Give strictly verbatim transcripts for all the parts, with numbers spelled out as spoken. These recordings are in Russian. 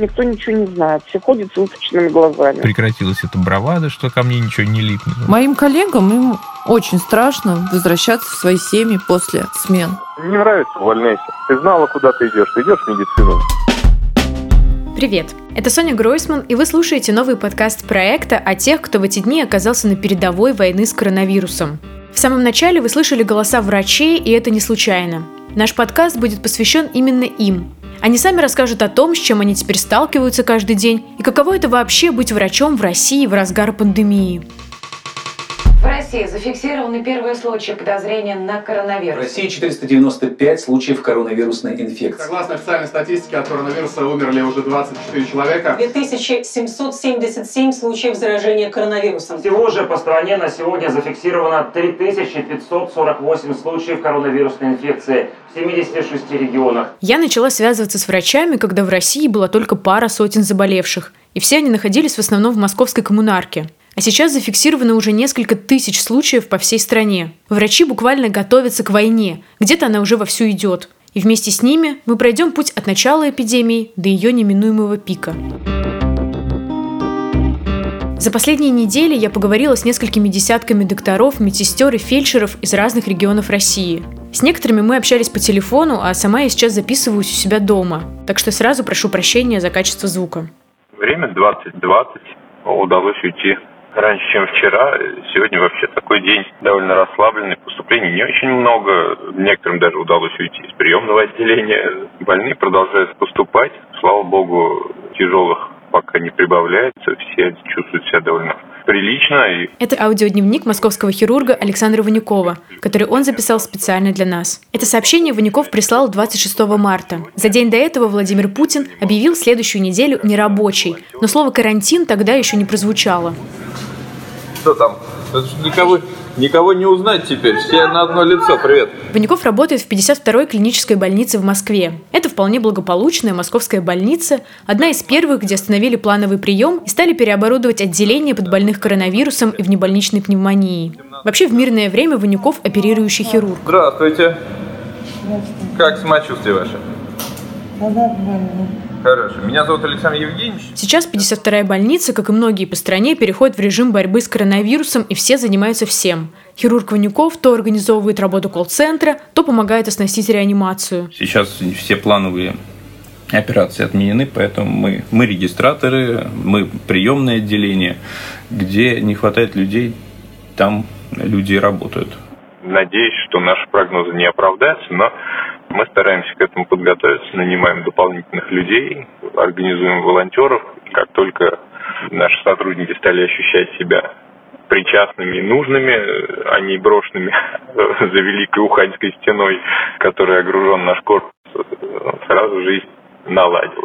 Никто ничего не знает. Все ходят с выпученными глазами. Прекратилась эта бравада, что ко мне ничего не липнет. Моим коллегам им очень страшно возвращаться в свои семьи после смен. Не нравится, увольняйся. Ты знала, куда ты идешь. Ты идешь в медицину. Привет, это Соня Гройсман, и вы слушаете новый подкаст проекта о тех, кто в эти дни оказался на передовой войны с коронавирусом. В самом начале вы слышали голоса врачей, и это не случайно. Наш подкаст будет посвящен именно им. Они сами расскажут о том, с чем они теперь сталкиваются каждый день, и каково это вообще быть врачом в России в разгар пандемии. В России зафиксированы первые случаи подозрения на коронавирус. В России четыреста девяносто пять случаев коронавирусной инфекции. Согласно официальной статистике, от коронавируса умерли уже двадцать четыре человека. две тысячи семьсот семьдесят семь случаев заражения коронавирусом. Всего же по стране на сегодня зафиксировано три тысячи пятьсот сорок восемь случаев коронавирусной инфекции в семидесяти шести регионах. Я начала связываться с врачами, когда в России была только пара сотен заболевших, и все они находились в основном в московской коммунарке. А сейчас зафиксировано уже несколько тысяч случаев по всей стране. Врачи буквально готовятся к войне, где-то она уже вовсю идет. И вместе с ними мы пройдем путь от начала эпидемии до ее неминуемого пика. За последние недели я поговорила с несколькими десятками докторов, медсестер и фельдшеров из разных регионов России. С некоторыми мы общались по телефону, а сама я сейчас записываюсь у себя дома. Так что сразу прошу прощения за качество звука. Время двадцать двадцать. Удалось уйти раньше, чем вчера. Сегодня вообще такой день довольно расслабленный. Поступлений не очень много. Некоторым даже удалось уйти из приемного отделения. Больные продолжают поступать. Слава богу, тяжелых пока не прибавляется. Все чувствуют себя довольно прилично. Это аудиодневник московского хирурга Александра Ванюкова, который он записал специально для нас. Это сообщение Ванюков прислал двадцать шестого марта. За день до этого Владимир Путин объявил следующую неделю нерабочей, но слово «карантин» тогда еще не прозвучало. Что там? Никого, никого не узнать теперь, все на одно лицо. Привет. Ванюков работает в пятьдесят второй клинической больнице в Москве. Это вполне благополучная московская больница, одна из первых, где остановили плановый прием и стали переоборудовать отделение под больных коронавирусом и внебольничной пневмонией. Вообще в мирное время Ванюков оперирующий хирург. Здравствуйте. Как самочувствие ваше? Хорошо. Меня зовут Александр Евгеньевич. Сейчас пятьдесят вторая больница, как и многие по стране, переходит в режим борьбы с коронавирусом, и все занимаются всем. Хирург Ванюков то организовывает работу колл-центра, то помогает оснастить реанимацию. Сейчас все плановые операции отменены, поэтому мы, мы регистраторы, мы приемное отделение. Где не хватает людей, там люди работают. Надеюсь, что наши прогнозы не оправдаются, но мы стараемся к этому подготовиться, нанимаем дополнительных людей, организуем волонтеров. Как только наши сотрудники стали ощущать себя причастными и нужными, а не брошенными за великой Уханьской стеной, которой окружен наш корпус, сразу жизнь наладилась.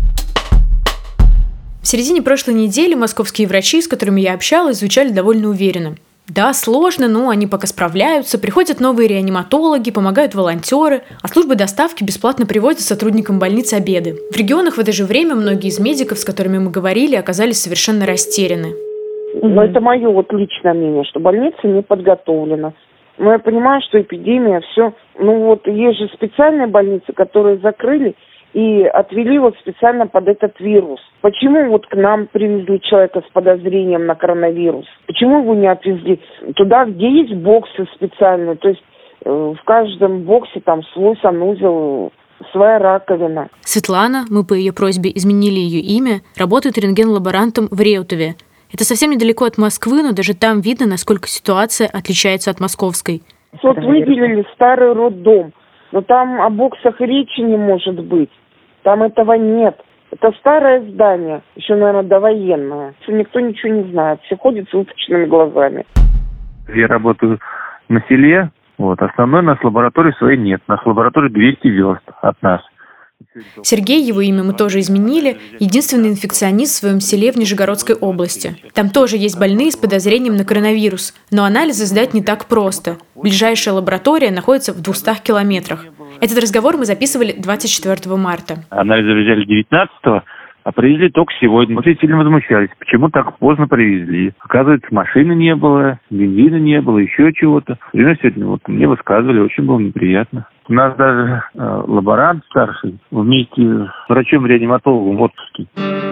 В середине прошлой недели московские врачи, с которыми я общалась, звучали довольно уверенно. Да, сложно, но они пока справляются, приходят новые реаниматологи, помогают волонтеры, а службы доставки бесплатно привозят сотрудникам больницы обеды. В регионах в это же время многие из медиков, с которыми мы говорили, оказались совершенно растеряны. Но это мое вот личное мнение, что больница не подготовлена. Но я понимаю, что эпидемия, все. Ну вот есть же специальные больницы, которые закрыли и отвели вот специально под этот вирус. Почему вот к нам привезли человека с подозрением на коронавирус? Почему его не отвезли туда, где есть боксы специальные? То есть э, в каждом боксе там свой санузел, своя раковина. Светлана, мы по ее просьбе изменили ее имя, работает рентген-лаборантом в Реутове. Это совсем недалеко от Москвы, но даже там видно, насколько ситуация отличается от московской. Вот выделили старый роддом, но там о боксах речи не может быть. Там этого нет. Это старое здание, еще, наверное, довоенное. Никто ничего не знает, все ходят с выпученными глазами. Я работаю на селе, вот, основной у нас лаборатории своей нет. У нас лаборатория двести верст от нас. Сергей, его имя мы тоже изменили, единственный инфекционист в своем селе в Нижегородской области. Там тоже есть больные с подозрением на коронавирус, но анализы сдать не так просто. Ближайшая лаборатория находится в двухстах километрах. Этот разговор мы записывали двадцать четвёртого марта. Анализы взяли девятнадцатого, а привезли только сегодня. Все сильно возмущались, почему так поздно привезли. Оказывается, машины не было, бензина не было, еще чего-то. И сегодня вот мне высказывали, очень было неприятно. У нас даже э, лаборант старший вместе с врачом-реаниматологом в отпуске.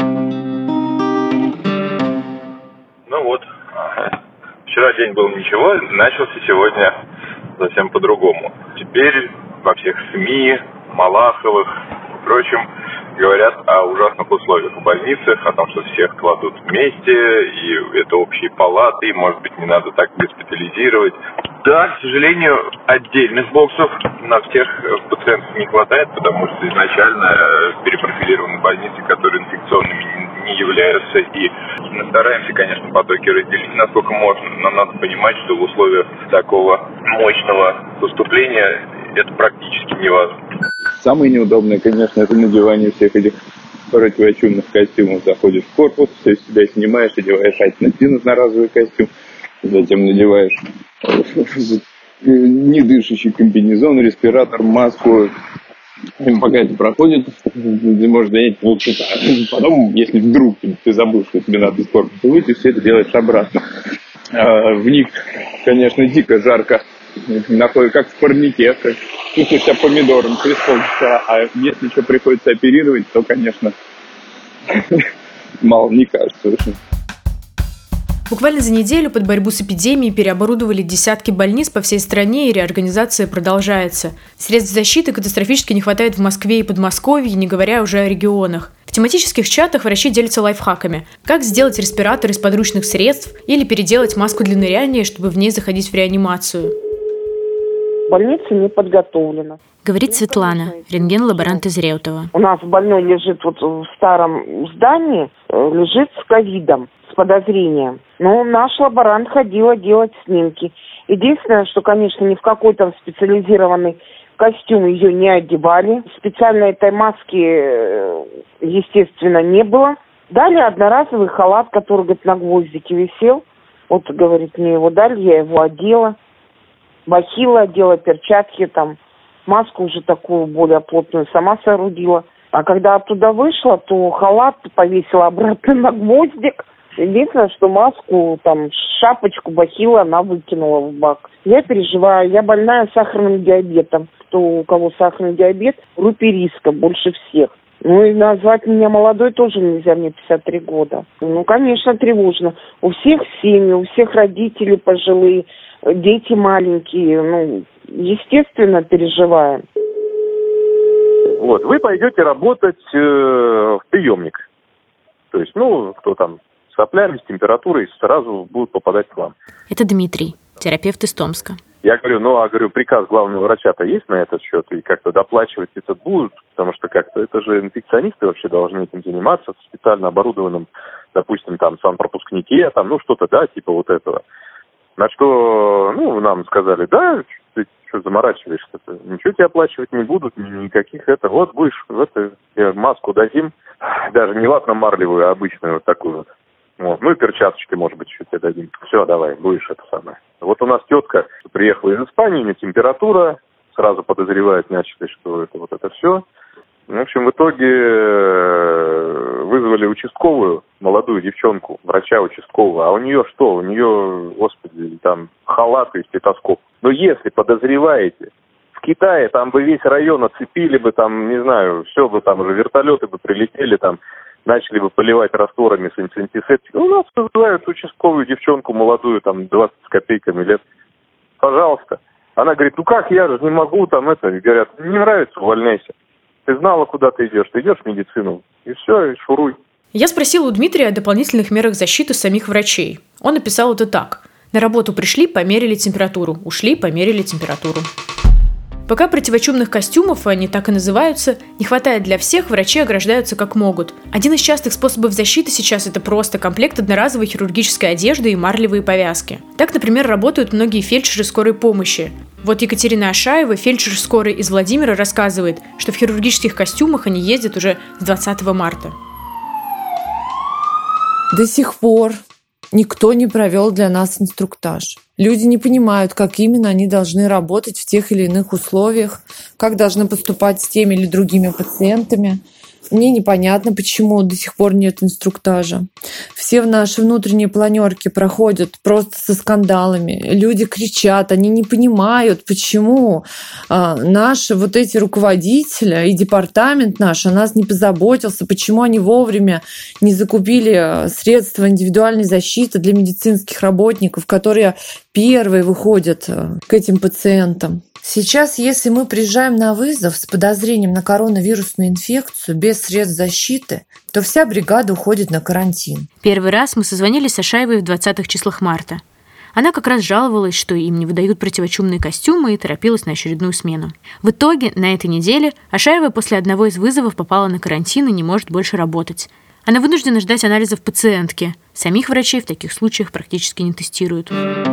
Ну вот, вчера день был ничего, начался сегодня совсем по-другому. Теперь во всех СМИ, Малаховых и прочем говорят о ужасных условиях в больницах, о том, что всех кладут вместе, и это общие палаты, и, может быть, не надо так госпитализировать. Да, к сожалению, отдельных боксов на всех пациентов не хватает, потому что изначально перепрофилированы больницы, которые инфекционными не являются, и мы стараемся, конечно, потоки разделить насколько можно, но надо понимать, что в условиях такого мощного поступления это практически невозможно. Самое неудобное, конечно, это надевание всех этих противочумных костюмов. Заходишь в корпус, все из себя снимаешь, одеваешь один одноразовый костюм, затем надеваешь недышащий комбинезон, респиратор, маску. И пока это проходит, ты можешь занять полчаса. Потом, если вдруг ты забыл, что тебе надо из корпуса выйти, все это делаешь обратно. В них, конечно, дико жарко. Находится как в парнике, как чувствуешь себя помидором через полчаса. А если еще приходится оперировать, то, конечно, мало не кажется. Буквально за неделю под борьбу с эпидемией переоборудовали десятки больниц по всей стране, и реорганизация продолжается. Средств защиты катастрофически не хватает в Москве и Подмосковье, не говоря уже о регионах. В тематических чатах врачи делятся лайфхаками. Как сделать респиратор из подручных средств или переделать маску для ныряния, чтобы в ней заходить в реанимацию. Больница не подготовлена. Говорит Светлана, рентген-лаборант из Реутова. У нас больной лежит вот в старом здании, лежит с ковидом, с подозрением. Но наш лаборант ходила делать снимки. Единственное, что, конечно, ни в какой там специализированный костюм ее не одевали. Специально этой маски, естественно, не было. Дали одноразовый халат, который, говорит, на гвоздике висел. Вот, говорит, мне его дали, я его одела. Бахилы одела, перчатки, там, маску уже такую более плотную сама соорудила. А когда оттуда вышла, то халат повесила обратно на гвоздик. Единственное, что маску, там, шапочку, бахилы она выкинула в бак. Я переживаю, я больная сахарным диабетом. Кто, у кого сахарный диабет, в группе риска больше всех. Ну и назвать меня молодой тоже нельзя, мне пятьдесят три года. Ну, конечно, тревожно. У всех семьи, у всех родители пожилые, дети маленькие. Ну, естественно, переживаем. Вот, вы пойдете работать э, в приемник. То есть, ну, кто там с соплями, с температурой, сразу будут попадать к вам. Это Дмитрий, терапевт из Томска. Я говорю, ну, а говорю, приказ главного врача-то есть на этот счет, и как-то доплачивать это будут, потому что как-то это же инфекционисты вообще должны этим заниматься в специально оборудованном, допустим, там, санпропускнике, там, ну, что-то, да, типа вот этого. На что, ну, нам сказали, да, ты что заморачиваешься-то, ничего тебе оплачивать не будут, никаких это, вот будешь в это, маску дадим, даже не ватно-марлевую, а обычную вот такую вот. Вот. Ну и перчаточки, может быть, еще тебе дадим. Все, давай, будешь это самое. Вот у нас тетка приехала из Испании, у нее температура, сразу подозревают, начали, что это вот это все. В общем, в итоге вызвали участковую, молодую девчонку, врача участкового. А у нее что? У нее, господи, там халат и стетоскоп. Но если подозреваете, в Китае там бы весь район оцепили бы, там, не знаю, все бы там уже вертолеты бы прилетели, там, начали бы поливать растворами с антисептиком. У нас вызывают участковую девчонку молодую, там, двадцать с копейками лет. Пожалуйста. Она говорит, ну как, я же не могу, там, это. И говорят, не нравится, увольняйся. Ты знала, куда ты идешь. Ты идешь в медицину. И все, и шуруй. Я спросила у Дмитрия о дополнительных мерах защиты самих врачей. Он написал это так. На работу пришли, померили температуру. Ушли, померили температуру. Пока противочумных костюмов, они так и называются, не хватает для всех, врачи ограждаются как могут. Один из частых способов защиты сейчас – это просто комплект одноразовой хирургической одежды и марлевые повязки. Так, например, работают многие фельдшеры скорой помощи. Вот Екатерина Ашаева, фельдшер скорой из Владимира, рассказывает, что в хирургических костюмах они ездят уже с двадцатого марта. До сих пор никто не провел для нас инструктаж. Люди не понимают, как именно они должны работать в тех или иных условиях, как должны поступать с теми или другими пациентами. Мне непонятно, почему до сих пор нет инструктажа. Все наши внутренние планерки проходят просто со скандалами. Люди кричат, они не понимают, почему а, наши вот эти руководители и департамент наш о нас не позаботился, почему они вовремя не закупили средства индивидуальной защиты для медицинских работников, которые первые выходят к этим пациентам. Сейчас, если мы приезжаем на вызов с подозрением на коронавирусную инфекцию без средств защиты, то вся бригада уходит на карантин. Первый раз мы созвонились с Ашаевой в двадцатых числах марта. Она как раз жаловалась, что им не выдают противочумные костюмы и торопилась на очередную смену. В итоге на этой неделе Ашаева после одного из вызовов попала на карантин и не может больше работать. Она вынуждена ждать анализов пациентки. Самих врачей в таких случаях практически не тестируют.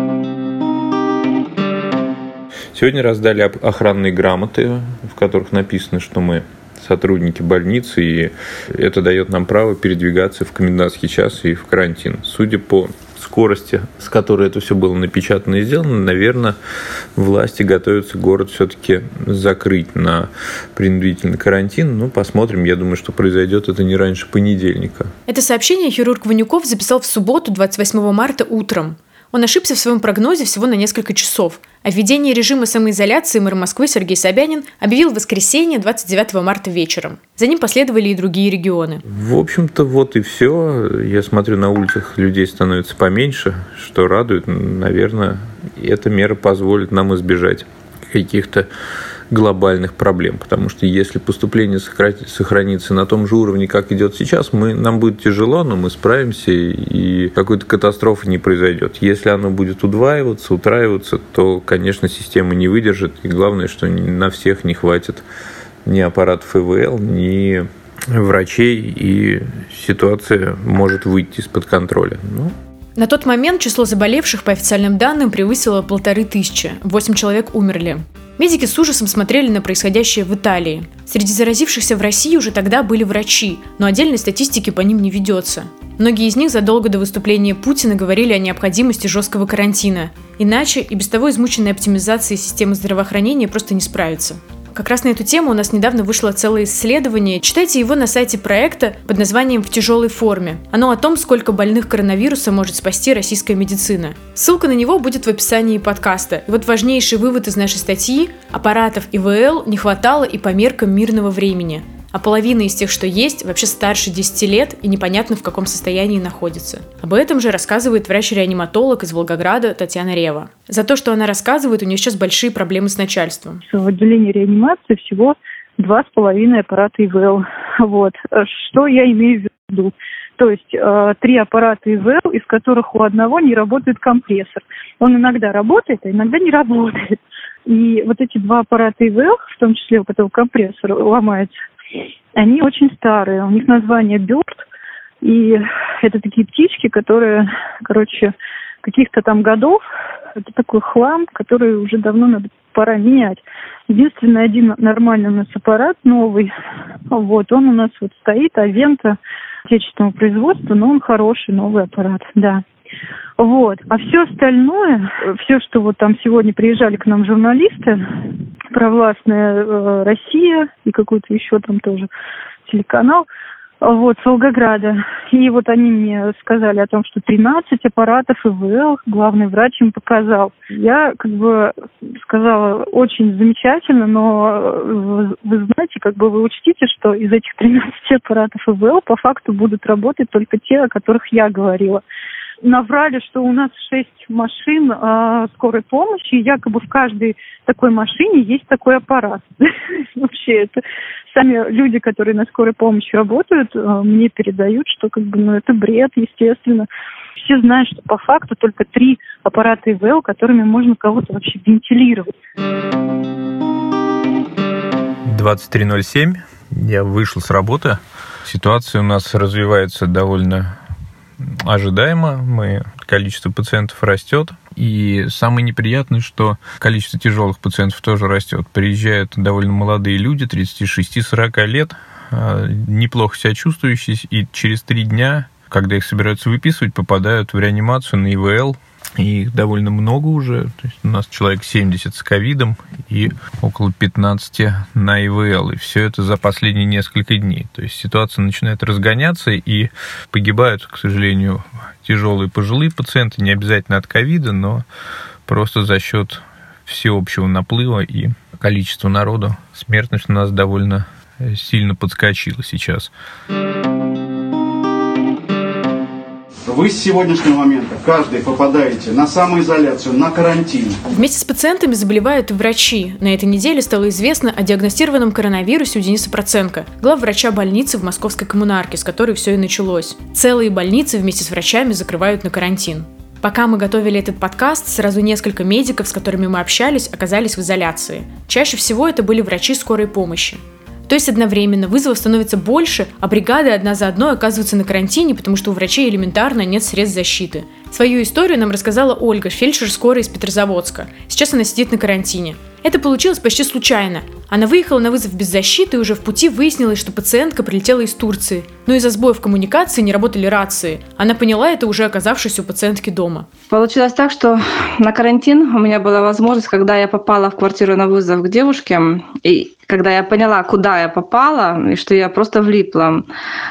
Сегодня раздали охранные грамоты, в которых написано, что мы сотрудники больницы, и это дает нам право передвигаться в комендантский час и в карантин. Судя по скорости, с которой это все было напечатано и сделано, наверное, власти готовятся город все-таки закрыть на принудительный карантин. Ну, посмотрим. Я думаю, что произойдет это не раньше понедельника. Это сообщение хирург Ванюков записал в субботу, двадцать восьмого марта, утром. Он ошибся в своем прогнозе всего на несколько часов. О введении режима самоизоляции мэр Москвы Сергей Собянин объявил в воскресенье, двадцать девятого марта вечером. За ним последовали и другие регионы. В общем-то, вот и все. Я смотрю, на улицах людей становится поменьше, что радует. Наверное, эта мера позволит нам избежать каких-то глобальных проблем, потому что если поступление сохранится на том же уровне, как идет сейчас, мы, нам будет тяжело, но мы справимся, и какой-то катастрофы не произойдет. Если оно будет удваиваться, утраиваться, то, конечно, система не выдержит, и главное, что на всех не хватит ни аппаратов ИВЛ, ни врачей, и ситуация может выйти из-под контроля. Ну, на тот момент число заболевших, по официальным данным, превысило полторы тысячи. Восемь человек умерли. Медики с ужасом смотрели на происходящее в Италии. Среди заразившихся в России уже тогда были врачи, но отдельной статистики по ним не ведется. Многие из них задолго до выступления Путина говорили о необходимости жесткого карантина. Иначе и без того измученной оптимизацией системы здравоохранения просто не справится. Как раз на эту тему у нас недавно вышло целое исследование. Читайте его на сайте проекта под названием «В тяжелой форме». Оно о том, сколько больных коронавирусом может спасти российская медицина. Ссылка на него будет в описании подкаста. И вот важнейший вывод из нашей статьи – аппаратов ИВЛ не хватало и по меркам мирного времени. А половина из тех, что есть, вообще старше десяти лет и непонятно в каком состоянии находится. Об этом же рассказывает врач-реаниматолог из Волгограда Татьяна Рева. За то, что она рассказывает, у нее сейчас большие проблемы с начальством. В отделении реанимации всего два с половиной аппарата ИВЛ. Вот. Что я имею в виду? То есть э, три аппарата ИВЛ, из которых у одного не работает компрессор. Он иногда работает, а иногда не работает. И вот эти два аппарата ИВЛ, в том числе у которого компрессор ломается, они очень старые, у них название Бёрд, и это такие птички, которые, короче, каких-то там годов, это такой хлам, который уже давно надо, пора менять. Единственный один нормальный у нас аппарат новый, вот, он у нас вот стоит, Авента, отечественного производства, но он хороший, новый аппарат, да. Вот. А все остальное, все, что вот там сегодня приезжали к нам журналисты, провластная э, Россия и какой-то еще там тоже телеканал, вот, с Волгограда. И вот они мне сказали о том, что тринадцать аппаратов ИВЛ главный врач им показал. Я как бы сказала, очень замечательно, но вы, вы знаете, как бы вы учтите, что из этих тринадцати аппаратов ИВЛ по факту будут работать только те, о которых я говорила. Наврали, что у нас шесть машин э, скорой помощи, и якобы в каждой такой машине есть такой аппарат. Вообще, это сами люди, которые на скорой помощи работают, мне передают, что как бы, ну, это бред, естественно. Все знают, что по факту только три аппарата ИВЛ, которыми можно кого-то вообще вентилировать. двадцать три ноль семь. Я вышел с работы. Ситуация у нас развивается довольно ожидаемо, мы, количество пациентов растет, и самое неприятное, что количество тяжелых пациентов тоже растет. Приезжают довольно молодые люди, тридцать шесть - сорок лет, неплохо себя чувствующие, и через три дня когда их собираются выписывать, попадают в реанимацию на И В Л. И их довольно много уже. То есть у нас человек семьдесят с ковидом и около пятнадцать на И В Л. И все это за последние несколько дней. То есть ситуация начинает разгоняться, и погибают, к сожалению, тяжелые пожилые пациенты, не обязательно от ковида, но просто за счет всеобщего наплыва и количества народу смертность у нас довольно сильно подскочила сейчас. Вы с сегодняшнего момента каждый попадаете на самоизоляцию, на карантин. Вместе с пациентами заболевают и врачи. На этой неделе стало известно о диагностированном коронавирусе у Дениса Проценко, главврача больницы в Московской коммунарке, с которой все и началось. Целые больницы вместе с врачами закрывают на карантин. Пока мы готовили этот подкаст, сразу несколько медиков, с которыми мы общались, оказались в изоляции. Чаще всего это были врачи скорой помощи. То есть одновременно вызовов становится больше, а бригады одна за одной оказываются на карантине, потому что у врачей элементарно нет средств защиты. Свою историю нам рассказала Ольга, фельдшер скорой из Петрозаводска. Сейчас она сидит на карантине. Это получилось почти случайно. Она выехала на вызов без защиты, и уже в пути выяснилось, что пациентка прилетела из Турции. Но из-за сбоев в коммуникации не работали рации. Она поняла это, уже оказавшись у пациентки дома. Получилось так, что на карантин у меня была возможность, когда я попала в квартиру на вызов к девушке, и когда я поняла, куда я попала, и что я просто влипла.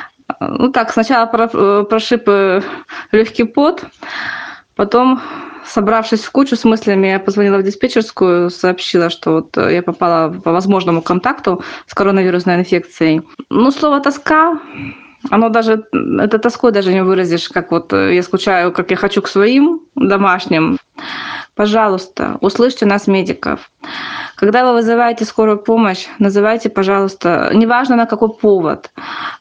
Ну так, сначала прошиб легкий пот, потом, собравшись в кучу с мыслями, я позвонила в диспетчерскую, сообщила, что вот я попала по возможному контакту с коронавирусной инфекцией. Ну, слово «тоска», оно даже, это тоской даже не выразишь, как вот я скучаю, как я хочу к своим домашним. Пожалуйста, услышьте нас, медиков. Когда вы вызываете скорую помощь, называйте, пожалуйста, неважно на какой повод,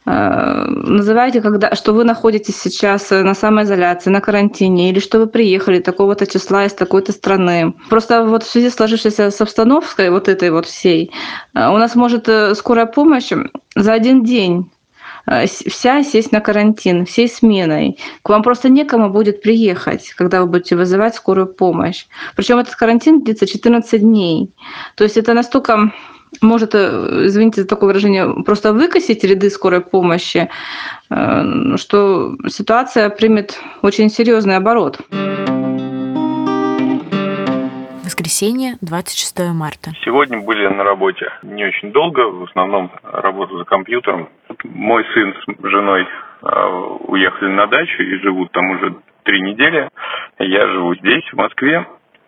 называйте, когда, что вы находитесь сейчас на самоизоляции, на карантине, или что вы приехали такого-то числа из такой-то страны. Просто вот в связи с сложившейся с обстановкой вот этой вот всей, у нас может скорая помощь за один день вся сесть на карантин, всей сменой. К вам просто некому будет приехать, когда вы будете вызывать скорую помощь. Причем этот карантин длится четырнадцать дней. То есть это настолько может, извините за такое выражение, просто выкосить ряды скорой помощи, что ситуация примет очень серьезный оборот. Воскресенье, двадцать шестое марта. Сегодня были на работе не очень долго, в основном работа за компьютером. Мой сын с женой уехали на дачу и живут там уже три недели. Я живу здесь, в Москве.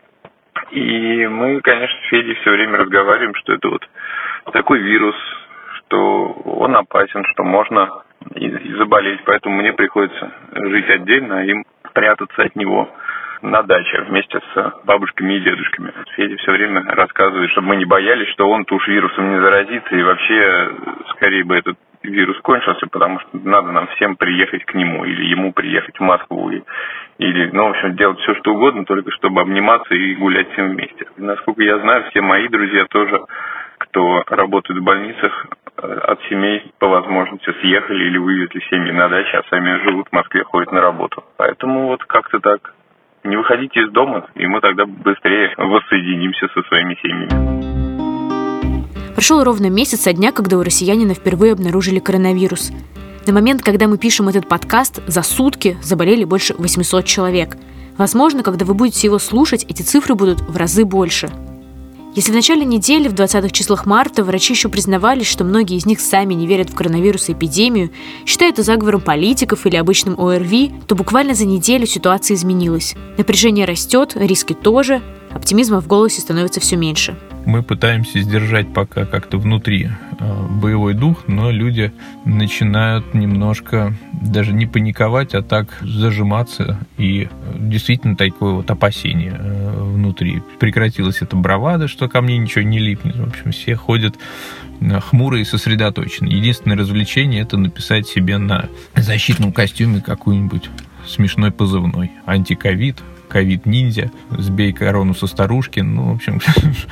И мы, конечно, с Федей все время разговариваем, что это вот такой вирус, что он опасен, что можно и, и заболеть. Поэтому мне приходится жить отдельно, а им прятаться от него на даче вместе с бабушками и дедушками. Федя все время рассказывает, чтобы мы не боялись, что он-то уж вирусом не заразится, и вообще скорее бы этот вирус кончился, потому что надо нам всем приехать к нему, или ему приехать в Москву, и, или, ну, в общем, делать все, что угодно, только чтобы обниматься и гулять всем вместе. Насколько я знаю, все мои друзья тоже, кто работает в больницах, от семей по возможности съехали или вывезли семьи на даче, а сами живут в Москве, ходят на работу. Поэтому вот как-то так. Не выходите из дома, и мы тогда быстрее воссоединимся со своими семьями. Прошел ровно месяц со дня, когда у россиянина впервые обнаружили коронавирус. На момент, когда мы пишем этот подкаст, за сутки заболели больше восемьсот человек. Возможно, когда вы будете его слушать, эти цифры будут в разы больше. Если в начале недели, в двадцатых числах марта, врачи еще признавались, что многие из них сами не верят в коронавирус и эпидемию, считая это заговором политиков или обычным О Р Ви, то буквально за неделю ситуация изменилась. Напряжение растет, риски тоже, оптимизма в голосе становится все меньше. Мы пытаемся сдержать пока как-то внутри э, боевой дух, но люди начинают немножко даже не паниковать, а так зажиматься, и действительно такое вот опасение э, внутри. Прекратилась эта бравада, что ко мне ничего не липнет. В общем, все ходят хмурые и сосредоточенные. Единственное развлечение — это написать себе на защитном костюме какой-нибудь смешной позывной. Антиковид, ковид-ниндзя, сбей корону со старушки, ну, в общем,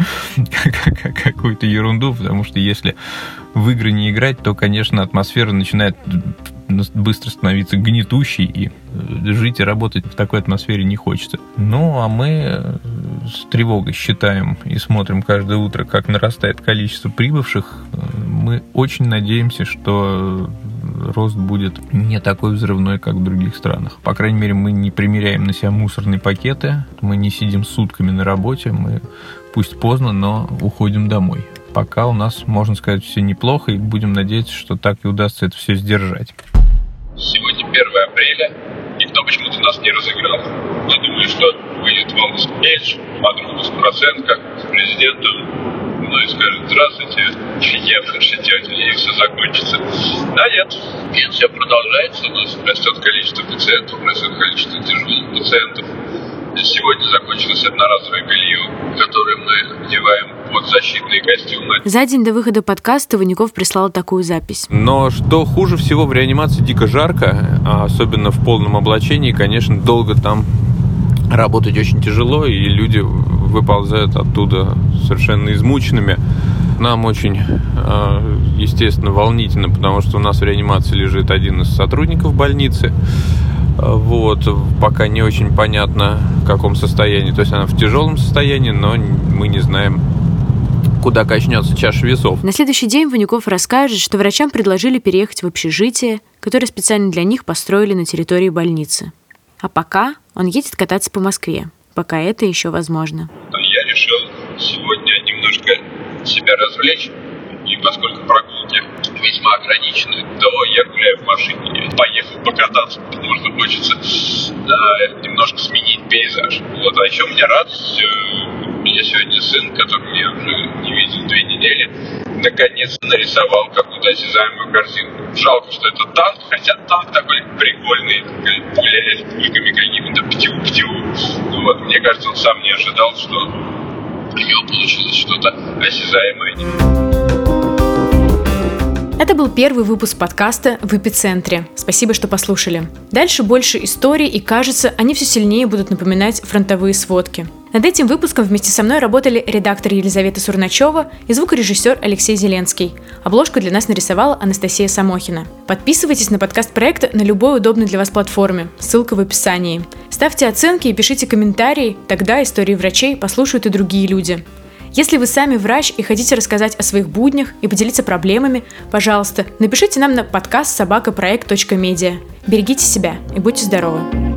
какую-то ерунду, потому что если в игры не играть, то, конечно, атмосфера начинает быстро становиться гнетущей, и жить и работать в такой атмосфере не хочется. Ну, а мы с тревогой считаем и смотрим каждое утро, как нарастает количество прибывших. Мы очень надеемся, что рост будет не такой взрывной, как в других странах. По крайней мере, мы не примеряем на себя мусорные пакеты, мы не сидим сутками на работе, мы пусть поздно, но уходим домой. Пока у нас, можно сказать, все неплохо, и будем надеяться, что так и удастся это все сдержать. Сегодня первое апреля, никто почему-то нас не разыграл. Я думаю, что выйдет вам Эльч, подруга с процентка, с президентом, ну и скажет: здравствуйте, я ваша тетя, и все закончится. Да нет, нет, все продолжается, у нас растет количество пациентов, растет количество тяжелых пациентов. Сегодня закончилось одноразовое белье, которое мы одеваем под защитные костюмы. За день до выхода подкаста Ванюков прислал такую запись. Но что хуже всего, в реанимации дико жарко, а особенно в полном облачении, конечно, долго там работать очень тяжело, и люди выползают оттуда совершенно измученными. Нам очень, естественно, волнительно, потому что у нас в реанимации лежит один из сотрудников больницы. Вот, пока не очень понятно, в каком состоянии. То есть она в тяжелом состоянии, но мы не знаем, куда качнется чаша весов. На следующий день Ванюков расскажет, что врачам предложили переехать в общежитие, которое специально для них построили на территории больницы. А пока он едет кататься по Москве, пока это еще возможно. Я решил сегодня немножко себя развлечь, и поскольку прогулки весьма ограничены, то я гуляю в машине. Поехал покататься, потому что хочется да, немножко сменить пейзаж. Вот, а еще меня радость, у меня сегодня сын, который я уже не видел две недели, наконец-то нарисовал какую-то осязаемую картинку. Жалко, что это танк, хотя танк такой прикольный, пуляет пульками какими-то птю-птю. Вот, мне кажется, он сам не ожидал, что у него получилось что-то осязаемое. Это был первый выпуск подкаста «В эпицентре». Спасибо, что послушали. Дальше больше историй, и, кажется, они все сильнее будут напоминать фронтовые сводки. Над этим выпуском вместе со мной работали редактор Елизавета Сурначева и звукорежиссер Алексей Зеленский. Обложку для нас нарисовала Анастасия Самохина. Подписывайтесь на подкаст проекта на любой удобной для вас платформе. Ссылка в описании. Ставьте оценки и пишите комментарии, тогда истории врачей послушают и другие люди. Если вы сами врач и хотите рассказать о своих буднях и поделиться проблемами, пожалуйста, напишите нам на подкаст собака проект точка медиа. Берегите себя и будьте здоровы!